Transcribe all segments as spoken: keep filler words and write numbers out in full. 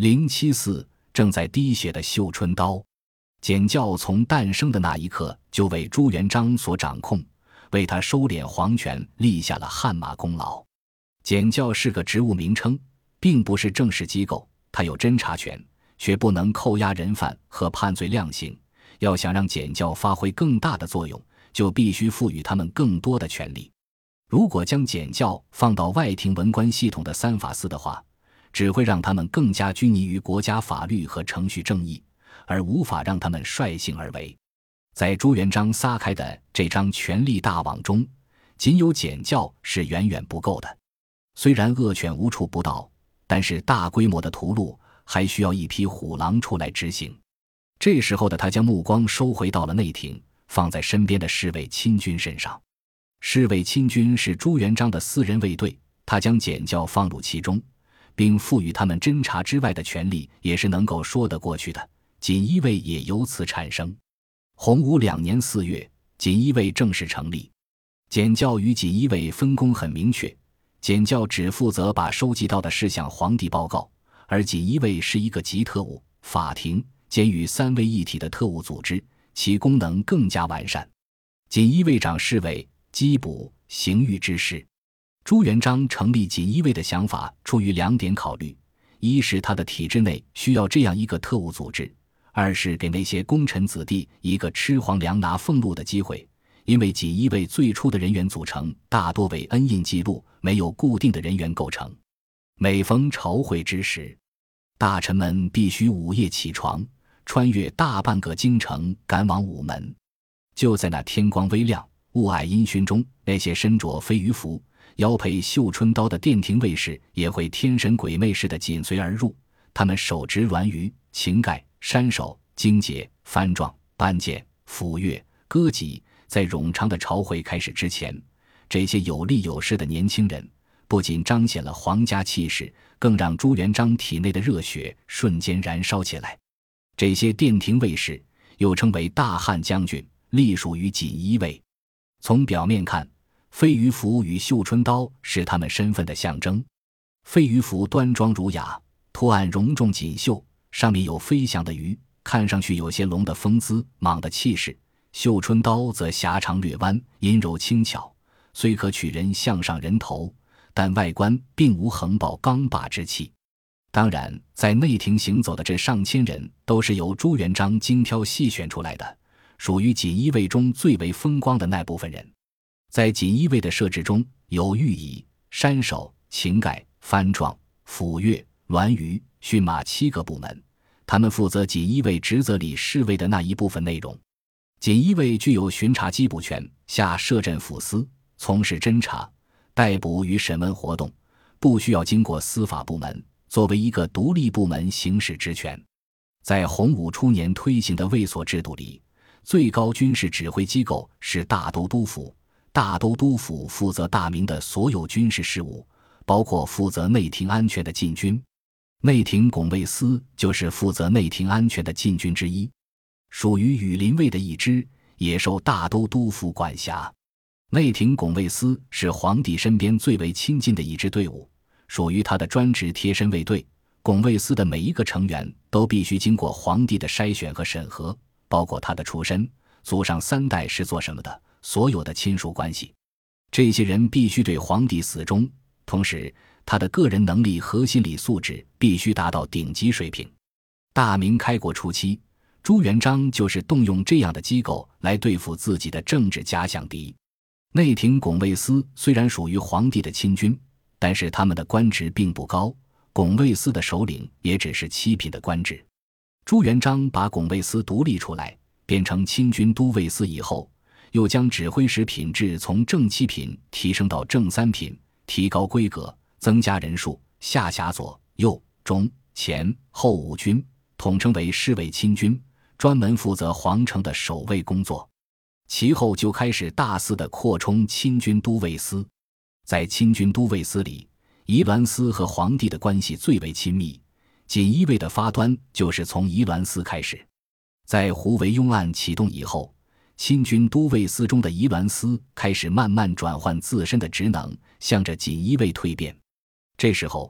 零七四正在滴血的绣春刀。简教从诞生的那一刻就为朱元璋所掌控，为他收敛皇权立下了汗马功劳。简教是个职务名称，并不是正式机构，它有侦查权，却不能扣押人犯和判罪量刑。要想让检教发挥更大的作用，就必须赋予他们更多的权利。如果将检教放到外廷文官系统的三法司的话，只会让他们更加拘泥于国家法律和程序正义，而无法让他们率性而为。在朱元璋撒开的这张权力大网中，仅有检教是远远不够的。虽然恶犬无处不到，但是大规模的屠戮还需要一匹虎狼出来执行。这时候的他将目光收回到了内廷，放在身边的侍卫亲军身上。侍卫亲军是朱元璋的私人卫队，他将检教放入其中，并赋予他们侦察之外的权利，也是能够说得过去的。锦衣卫也由此产生。洪武两年四月，锦衣卫正式成立。检教与锦衣卫分工很明确，检教只负责把收集到的事向皇帝报告，而锦衣卫是一个集特务、法庭、监狱三位一体的特务组织，其功能更加完善。锦衣卫长侍卫、缉捕、刑狱之事。朱元璋成立锦衣卫的想法出于两点考虑：一是他的体制内需要这样一个特务组织，二是给那些功臣子弟一个吃皇粮拿俸禄的机会。因为锦衣卫最初的人员组成大多为恩印记录，没有固定的人员构成。每逢朝会之时，大臣们必须午夜起床，穿越大半个京城赶往午门。就在那天光微亮、雾霭阴熏中，那些身着飞鱼服、腰佩绣春刀的殿廷卫士也会天神鬼魅似的紧随而入。他们手执銮鱼、擎盖、山手、荆节、幡状、班剑、斧钺、戈戟。在冗长的朝会开始之前，这些有力有势的年轻人不仅彰显了皇家气势，更让朱元璋体内的热血瞬间燃烧起来。这些殿廷卫士又称为大汉将军，隶属于锦衣卫。从表面看，飞鱼服与绣春刀是他们身份的象征。飞鱼服端庄儒雅，图案隆重锦绣，上面有飞翔的鱼，看上去有些龙的风姿，蟒的气势。绣春刀则狭长略弯，阴柔轻巧，虽可取人项上人头，但外观并无横暴刚霸之气。当然，在内廷行走的这上千人都是由朱元璋精挑细选出来的，属于锦衣卫中最为风光的那部分人。在锦衣卫的设置中，有御椅、山手、擎盖、幡状、斧钺、銮鱼、驯马七个部门，他们负责锦衣卫职责里侍卫的那一部分内容。锦衣卫具有巡查缉捕权，下摄镇抚司，从事侦查、逮捕与审问活动，不需要经过司法部门，作为一个独立部门行使职权。在洪武初年推行的卫所制度里，最高军事指挥机构是大都督府，大都督府负责大明的所有军事事务，包括负责内廷安全的禁军。内廷拱卫司就是负责内廷安全的禁军之一，属于羽林卫的一支，也受大都督府管辖。内廷拱卫司是皇帝身边最为亲近的一支队伍，属于他的专职贴身卫队。拱卫司的每一个成员都必须经过皇帝的筛选和审核，包括他的出身、祖上三代是做什么的，所有的亲属关系。这些人必须对皇帝死忠，同时他的个人能力和心理素质必须达到顶级水平。大明开国初期，朱元璋就是动用这样的机构来对付自己的政治假想敌。内廷拱卫司虽然属于皇帝的亲军，但是他们的官职并不高，拱卫司的首领也只是七品的官职。朱元璋把拱卫司独立出来，变成亲军都尉司以后，又将指挥使品质从正七品提升到正三品，提高规格，增加人数，下辖左、右、中、前、后五军，统称为侍卫亲军，专门负责皇城的守卫工作。其后就开始大肆地扩充亲军都尉司。在亲军都尉司里，宜銮司和皇帝的关系最为亲密，锦衣卫的发端就是从宜銮司开始。在胡惟庸案启动以后，亲军都尉司中的宜銮司开始慢慢转换自身的职能，向着锦衣卫蜕变。这时候，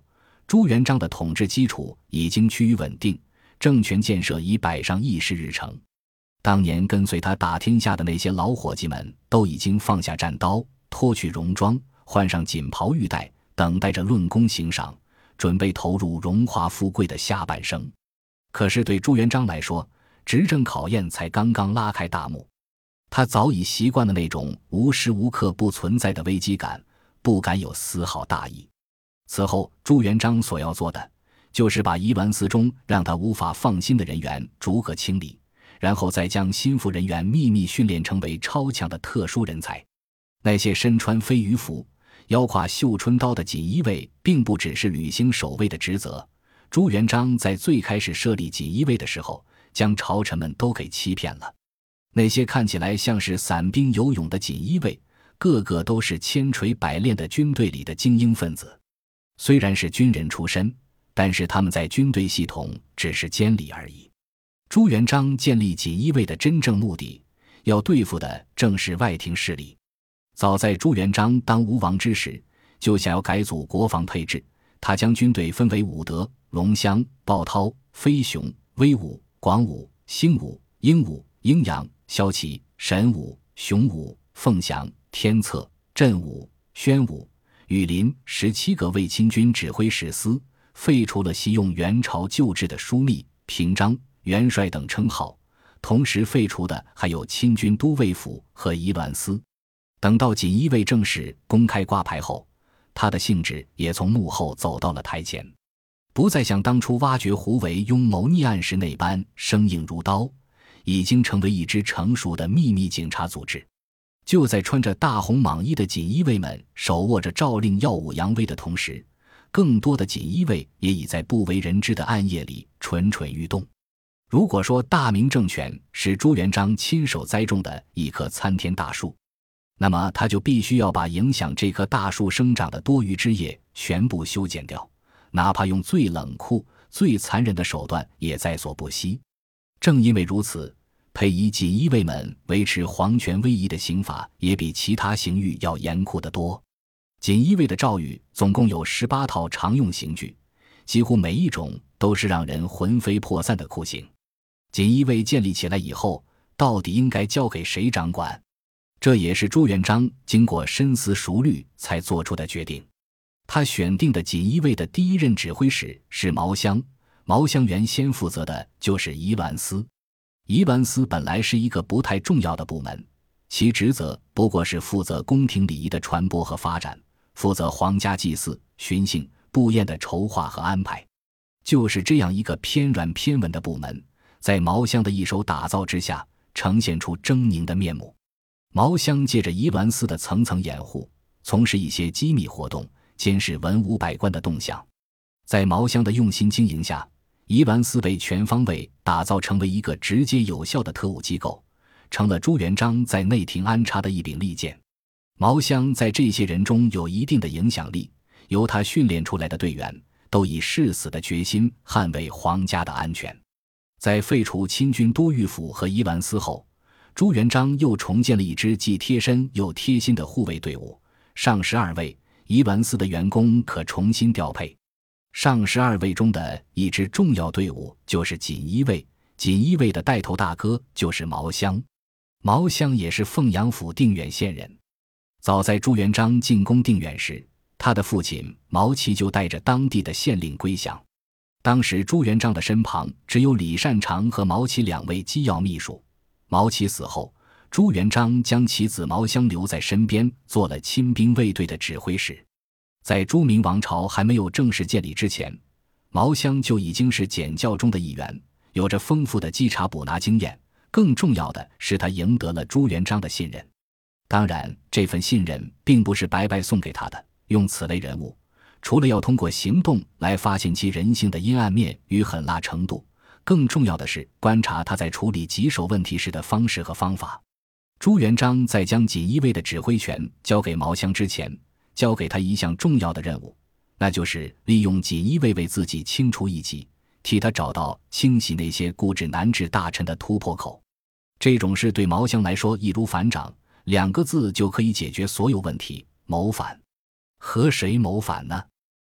朱元璋的统治基础已经趋于稳定，政权建设已摆上议事日程。当年跟随他打天下的那些老伙计们都已经放下战刀，脱去戎装，换上锦袍玉带，等待着论功行赏，准备投入荣华富贵的下半生。可是对朱元璋来说，执政考验才刚刚拉开大幕。他早已习惯了那种无时无刻不存在的危机感，不敢有丝毫大意。此后朱元璋所要做的，就是把宜兰司中让他无法放心的人员逐个清理，然后再将心腹人员秘密训练成为超强的特殊人才。那些身穿飞鱼服、腰挎绣春刀的锦衣卫并不只是履行守卫的职责。朱元璋在最开始设立锦衣卫的时候，将朝臣们都给欺骗了。那些看起来像是散兵游勇的锦衣卫，个个都是千锤百炼的军队里的精英分子。虽然是军人出身，但是他们在军队系统只是监理而已。朱元璋建立锦衣卫的真正目的，要对付的正是外廷势力。早在朱元璋当吴王之时，就想要改组国防配置，他将军队分为武德、龙骧、鲍涛、飞熊、威武、广武、兴武、英武、阴阳、骁骑、神武、雄武、凤翔、天策、镇武、宣武、羽林十七个卫青军指挥使司，废除了习用元朝旧制的枢密、平章、元帅等称号，同时废除的还有亲军都尉府和仪銮司。等到锦衣卫正式公开挂牌后，他的性质也从幕后走到了台前，不再像当初挖掘胡惟庸谋逆案时那般生硬如刀，已经成为一支成熟的秘密警察组织。就在穿着大红蟒衣的锦衣卫们手握着诏令耀武扬威的同时，更多的锦衣卫也已在不为人知的暗夜里蠢蠢欲动。如果说大明政权是朱元璋亲手栽种的一棵参天大树，那么他就必须要把影响这棵大树生长的多余枝叶全部修剪掉，哪怕用最冷酷、最残忍的手段也在所不惜。正因为如此，配以锦衣卫们维持皇权威仪的刑法也比其他刑狱要严酷得多。锦衣卫的诏狱总共有十八套常用刑具，几乎每一种都是让人魂飞魄散的酷刑。锦衣卫建立起来以后，到底应该交给谁掌管？这也是朱元璋经过深思熟虑才做出的决定。他选定的锦衣卫的第一任指挥使是毛骧，毛骧原先负责的就是仪銮司。仪銮司本来是一个不太重要的部门，其职责不过是负责宫廷礼仪的传播和发展，负责皇家祭祀、巡幸、布宴的筹划和安排。就是这样一个偏软偏稳的部门，在毛骧的一手打造之下，呈现出狰狞的面目。毛骧借着仪銮司的层层掩护，从事一些机密活动，监视文武百官的动向。在毛骧的用心经营下，仪銮司被全方位打造成为一个直接有效的特务机构，成了朱元璋在内廷安插的一柄利剑。毛骧在这些人中有一定的影响力，由他训练出来的队员都以誓死的决心捍卫皇家的安全。在废除亲军都尉府和仪銮司后，朱元璋又重建了一支既贴身又贴心的护卫队伍，上十二位，仪銮司的员工可重新调配。上十二位中的一支重要队伍就是锦衣卫，锦衣卫的带头大哥就是毛骧。毛骧也是凤阳府定远县人。早在朱元璋进攻定远时，他的父亲毛奇就带着当地的县令归降。当时朱元璋的身旁只有李善长和毛奇两位机要秘书。毛奇死后，朱元璋将其子毛骧留在身边，做了亲兵卫队的指挥使。在朱明王朝还没有正式建立之前，毛骧就已经是检校中的一员，有着丰富的稽查捕拿经验。更重要的是，他赢得了朱元璋的信任。当然，这份信任并不是白白送给他的。用此类人物，除了要通过行动来发现其人性的阴暗面与狠辣程度，更重要的是观察他在处理棘手问题时的方式和方法。朱元璋在将锦衣卫的指挥权交给毛骧之前，交给他一项重要的任务，那就是利用锦衣卫为自己清除异己，替他找到清洗那些固执难治大臣的突破口。这种事对毛骧来说易如反掌，两个字就可以解决所有问题：谋反。和谁谋反呢？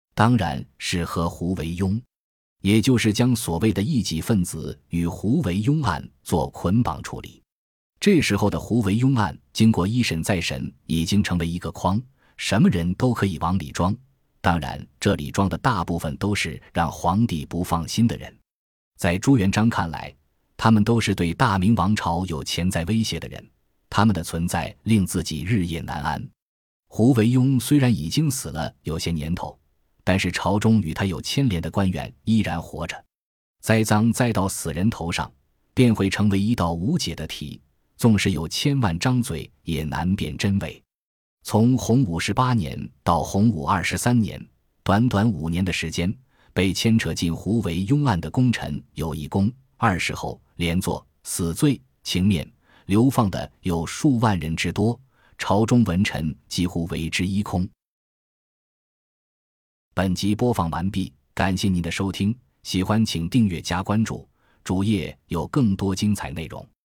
当然是和胡惟庸，也就是将所谓的异己分子与胡惟庸案做捆绑处理。这时候的胡惟庸案经过一审再审，已经成为一个框，什么人都可以往里装，当然这里装的大部分都是让皇帝不放心的人。在朱元璋看来，他们都是对大明王朝有潜在威胁的人，他们的存在令自己日夜难安。胡惟庸虽然已经死了有些年头，但是朝中与他有牵连的官员依然活着，栽赃栽到死人头上，便会成为一道无解的题，纵使有千万张嘴也难辨真伪。从洪武十八年到洪武二十三年，短短五年的时间，被牵扯进胡惟庸案的功臣有一公、二世后连坐、死罪、情面、流放的有数万人之多，朝中文臣几乎为之一空。本集播放完毕，感谢您的收听，喜欢请订阅加关注，主页有更多精彩内容。